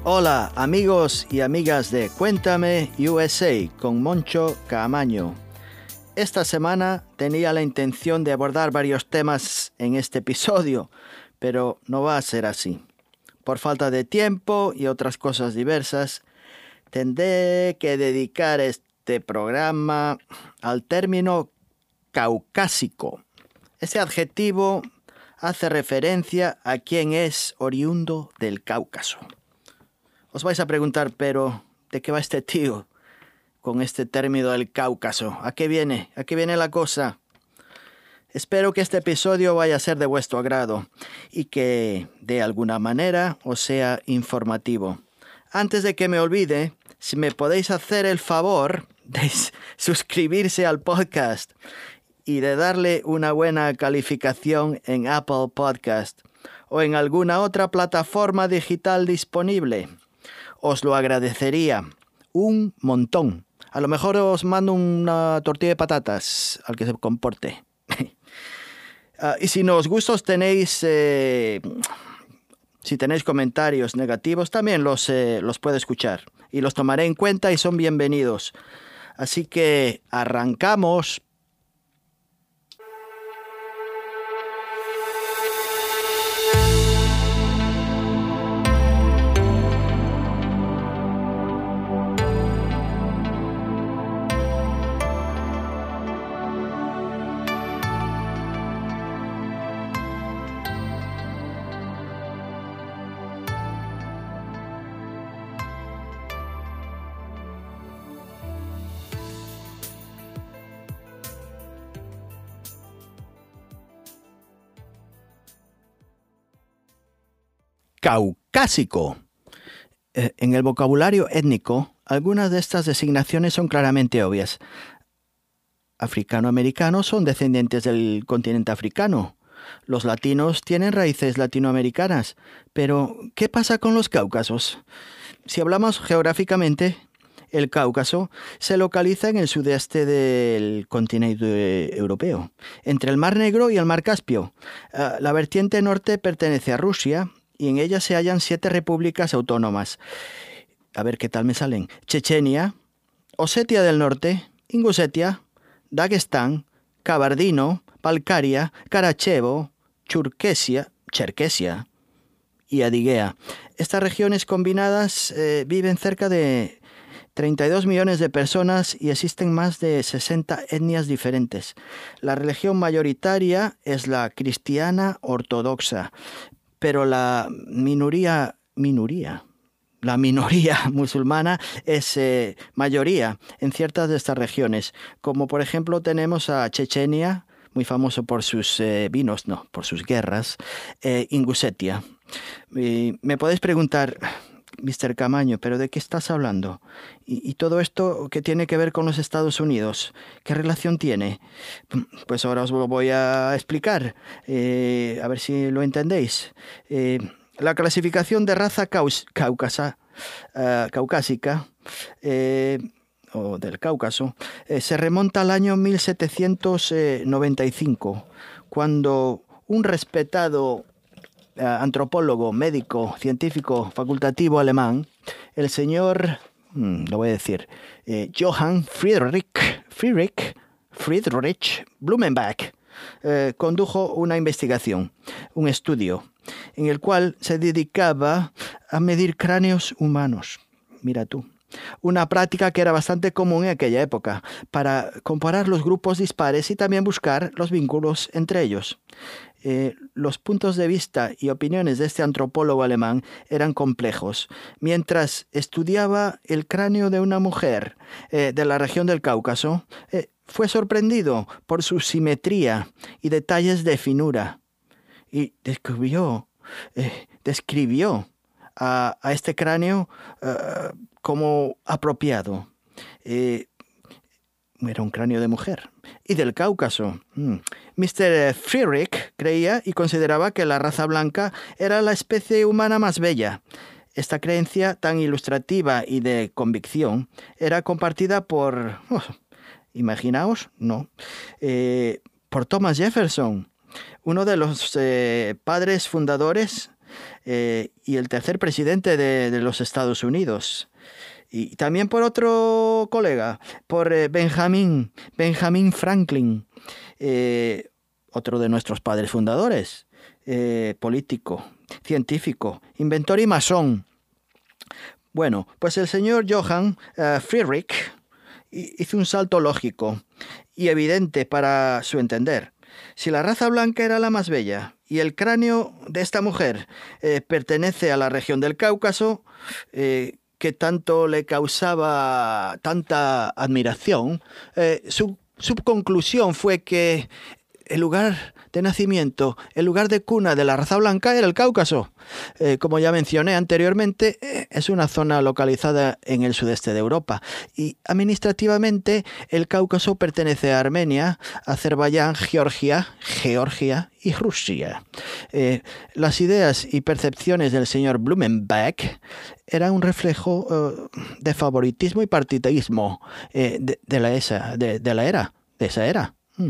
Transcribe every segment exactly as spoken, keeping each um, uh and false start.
Hola amigos y amigas de Cuéntame U S A con Moncho Caamaño. Esta semana tenía la intención de abordar varios temas en este episodio, pero no va a ser así. Por falta de tiempo y otras cosas diversas, tendré que dedicar este programa al término caucásico. Ese adjetivo hace referencia a quien es oriundo del Cáucaso. Os vais a preguntar, pero ¿de qué va este tío con este término del Cáucaso? ¿A qué viene? ¿A qué viene la cosa? Espero que este episodio vaya a ser de vuestro agrado y que de alguna manera os sea informativo. Antes de que me olvide, si me podéis hacer el favor de suscribirse al podcast y de darle una buena calificación en Apple Podcast o en alguna otra plataforma digital disponible. Os lo agradecería un montón. A lo mejor os mando una tortilla de patatas al que se comporte. uh, y si no os gusta, os tenéis... Eh, si tenéis comentarios negativos, también los, eh, los puedo escuchar. Y los tomaré en cuenta y son bienvenidos. Así que arrancamos. Caucásico. Eh, en el vocabulario étnico, algunas de estas designaciones son claramente obvias. Africano-americanos son descendientes del continente africano. Los latinos tienen raíces latinoamericanas. Pero, ¿qué pasa con los cáucasos? Si hablamos geográficamente, el Cáucaso se localiza en el sudeste del continente europeo, entre el Mar Negro y el Mar Caspio. Uh, la vertiente norte pertenece a Rusia, y en ella se hallan siete repúblicas autónomas. A ver qué tal me salen. Chechenia, Osetia del Norte, Ingusetia, Dagestán, Kabardino, Balcaria, Karachevo, Churquesia, Cherkesia y Adiguea. Estas regiones combinadas eh, viven cerca de treinta y dos millones de personas y existen más de sesenta etnias diferentes. La religión mayoritaria es la cristiana ortodoxa, pero la minoría, minoría, la minoría musulmana es eh, mayoría en ciertas de estas regiones, como por ejemplo tenemos a Chechenia, muy famoso por sus eh, vinos, no, por sus guerras, eh, Ingusetia. Y me podéis preguntar, mister Caamaño, ¿pero de qué estás hablando? ¿Y, y todo esto qué tiene que ver con los Estados Unidos? ¿Qué relación tiene? Pues ahora os lo voy a explicar, eh, a ver si lo entendéis. Eh, la clasificación de raza caus, caucasa, uh, caucásica, eh, o del Cáucaso, eh, se remonta al año mil setecientos noventa y cinco, cuando un respetado Uh, antropólogo, médico, científico, facultativo alemán, el señor, hmm, lo voy a decir, eh, Johann Friedrich, Friedrich, Friedrich Blumenbach, eh, condujo una investigación, un estudio, en el cual se dedicaba a medir cráneos humanos. Mira tú. Una práctica que era bastante común en aquella época, para comparar los grupos dispares y también buscar los vínculos entre ellos. Eh, los puntos de vista y opiniones de este antropólogo alemán eran complejos. Mientras estudiaba el cráneo de una mujer eh, de la región del Cáucaso, eh, fue sorprendido por su simetría y detalles de finura. Y descubrió, eh, describió a, a este cráneo uh, como apropiado. Eh, Era un cráneo de mujer. Y del Cáucaso. Mm. mister Friedrich creía y consideraba que la raza blanca era la especie humana más bella. Esta creencia tan ilustrativa y de convicción era compartida por... Oh, imaginaos, no. Eh, por Thomas Jefferson, uno de los eh, padres fundadores eh, y el tercer presidente de, de los Estados Unidos. Y también por otro colega, por eh, Benjamin, Benjamin Franklin, eh, otro de nuestros padres fundadores, eh, político, científico, inventor y masón. Bueno, pues el señor Johann uh, Friedrich hizo un salto lógico y evidente para su entender. Si la raza blanca era la más bella y el cráneo de esta mujer eh, pertenece a la región del Cáucaso, eh, que tanto le causaba tanta admiración, eh, su, su conclusión fue que el lugar de nacimiento, el lugar de cuna de la raza blanca era el Cáucaso. Eh, como ya mencioné anteriormente, eh, es una zona localizada en el sudeste de Europa y administrativamente el Cáucaso pertenece a Armenia, Azerbaiyán, Georgia, Georgia y Rusia. Eh, las ideas y percepciones del señor Blumenbach eran un reflejo eh, de favoritismo y partidismo eh, de, de, la esa, de, de la era, de esa era. Mm.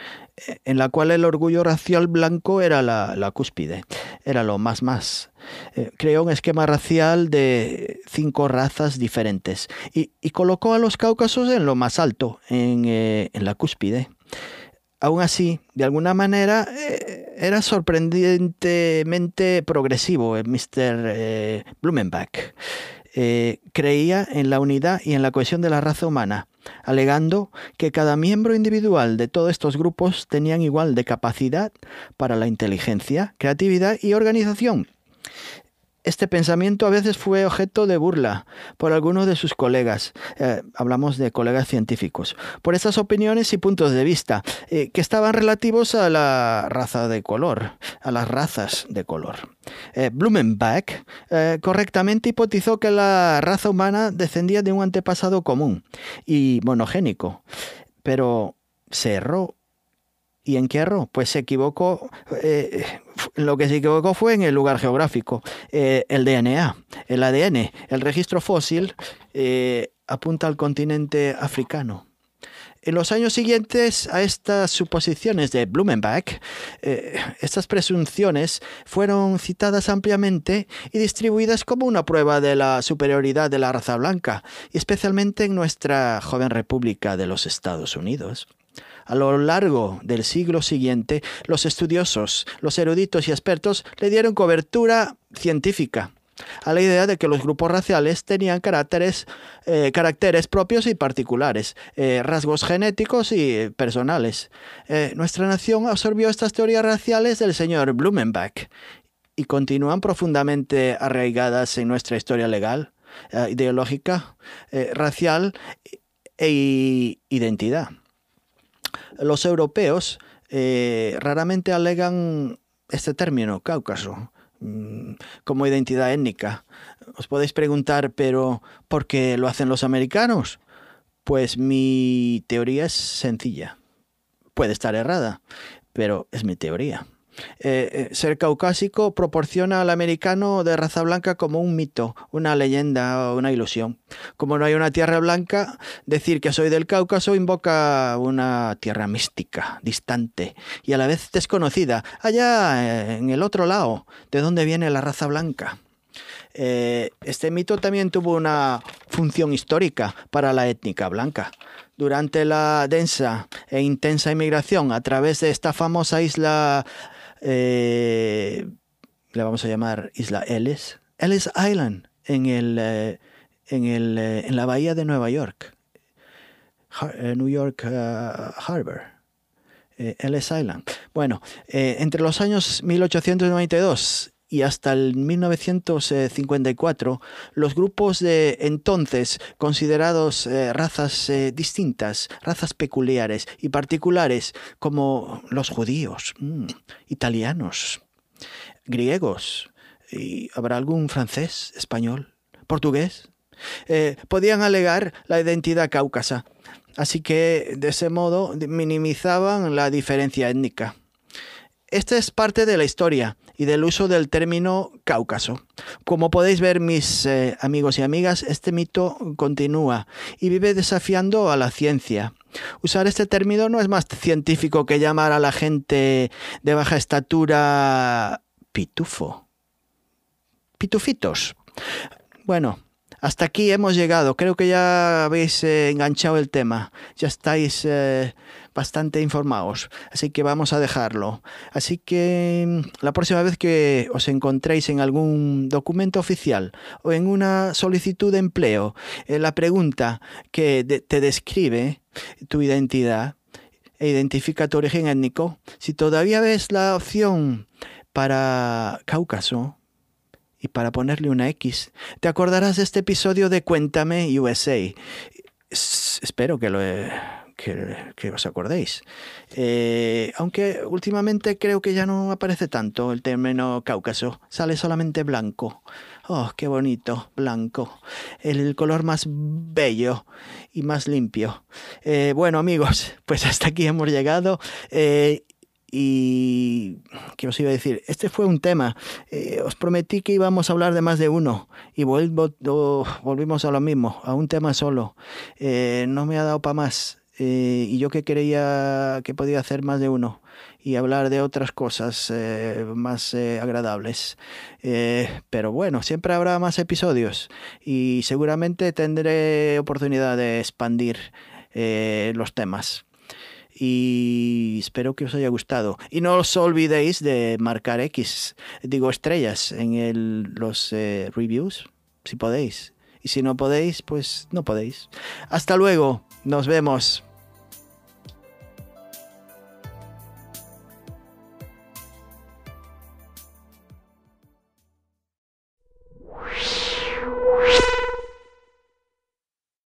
En la cual el orgullo racial blanco era la, la cúspide, era lo más más. Eh, creó un esquema racial de cinco razas diferentes y, y colocó a los cáucasos en lo más alto, en, eh, en la cúspide. Aún así, de alguna manera, eh, era sorprendentemente progresivo el mister Eh, Blumenbach. Eh, creía en la unidad y en la cohesión de la raza humana, alegando que cada miembro individual de todos estos grupos tenían igual de capacidad para la inteligencia, creatividad y organización. Este pensamiento a veces fue objeto de burla por algunos de sus colegas, eh, hablamos de colegas científicos, por estas opiniones y puntos de vista eh, que estaban relativos a la raza de color, a las razas de color. Eh, Blumenbach eh, correctamente hipotizó que la raza humana descendía de un antepasado común y monogénico, pero se erró. ¿Y en qué erró? Pues se equivocó, eh, lo que se equivocó fue en el lugar geográfico. Eh, el D N A, el A D N, el registro fósil eh, apunta al continente africano. En los años siguientes a estas suposiciones de Blumenbach, eh, estas presunciones fueron citadas ampliamente y distribuidas como una prueba de la superioridad de la raza blanca, y especialmente en nuestra joven República de los Estados Unidos. A lo largo del siglo siguiente, los estudiosos, los eruditos y expertos le dieron cobertura científica a la idea de que los grupos raciales tenían caracteres, eh, caracteres propios y particulares, eh, rasgos genéticos y personales. Eh, nuestra nación absorbió estas teorías raciales del señor Blumenbach y continúan profundamente arraigadas en nuestra historia legal, eh, ideológica, eh, racial e identidad. Los europeos eh, raramente alegan este término, Cáucaso, como identidad étnica. Os podéis preguntar, ¿pero por qué lo hacen los americanos? Pues mi teoría es sencilla. Puede estar errada, pero es mi teoría. Eh, ser caucásico proporciona al americano de raza blanca como un mito, una leyenda o una ilusión. Como no hay una tierra blanca, decir que soy del Cáucaso invoca una tierra mística, distante y a la vez desconocida, allá en el otro lado, de donde viene la raza blanca. Eh, este mito también tuvo una función histórica para la étnica blanca. Durante la densa e intensa inmigración a través de esta famosa isla, eh, le vamos a llamar Isla Ellis, Ellis Island, en, el, eh, en, el, eh, en la bahía de Nueva York, Har New York uh, Harbor, eh, Ellis Island. Bueno, eh, entre los años mil ochocientos noventa y dos y hasta el mil novecientos cincuenta y cuatro, los grupos de entonces considerados eh, razas eh, distintas, razas peculiares y particulares, como los judíos, mmm, italianos, griegos, y habrá algún francés, español, portugués, eh, podían alegar la identidad cáucasa, así que de ese modo minimizaban la diferencia étnica. Esta es parte de la historia y del uso del término Cáucaso. Como podéis ver, mis eh, amigos y amigas, este mito continúa y vive desafiando a la ciencia. Usar este término no es más científico que llamar a la gente de baja estatura pitufo. pitufitos. Bueno, hasta aquí hemos llegado. Creo que ya habéis eh, enganchado el tema. Ya estáis eh, bastante informados. Así que vamos a dejarlo. Así que la próxima vez que os encontréis en algún documento oficial o en una solicitud de empleo, eh, la pregunta que de- te describe tu identidad e identifica tu origen étnico, si todavía ves la opción para Cáucaso, y para ponerle una X, te acordarás de este episodio de Cuéntame U S A. Es- espero que, lo, que, que os acordéis. Eh, aunque últimamente creo que ya no aparece tanto el término Cáucaso. Sale solamente blanco. Oh, qué bonito, blanco. El color más bello y más limpio. Eh, bueno, amigos, pues hasta aquí hemos llegado. Eh, y, ¿qué os iba a decir? Este fue un tema. Eh, os prometí que íbamos a hablar de más de uno y vuelvo, oh, volvimos a lo mismo, a un tema solo. Eh, no me ha dado para más. Eh, y yo que creía que podía hacer más de uno y hablar de otras cosas eh, más eh, agradables. Eh, pero bueno, siempre habrá más episodios y seguramente tendré oportunidad de expandir eh, los temas. Y espero que os haya gustado. Y no os olvidéis de marcar X, digo estrellas, en el, los eh, reviews, si podéis. Y si no podéis, pues no podéis. Hasta luego, nos vemos.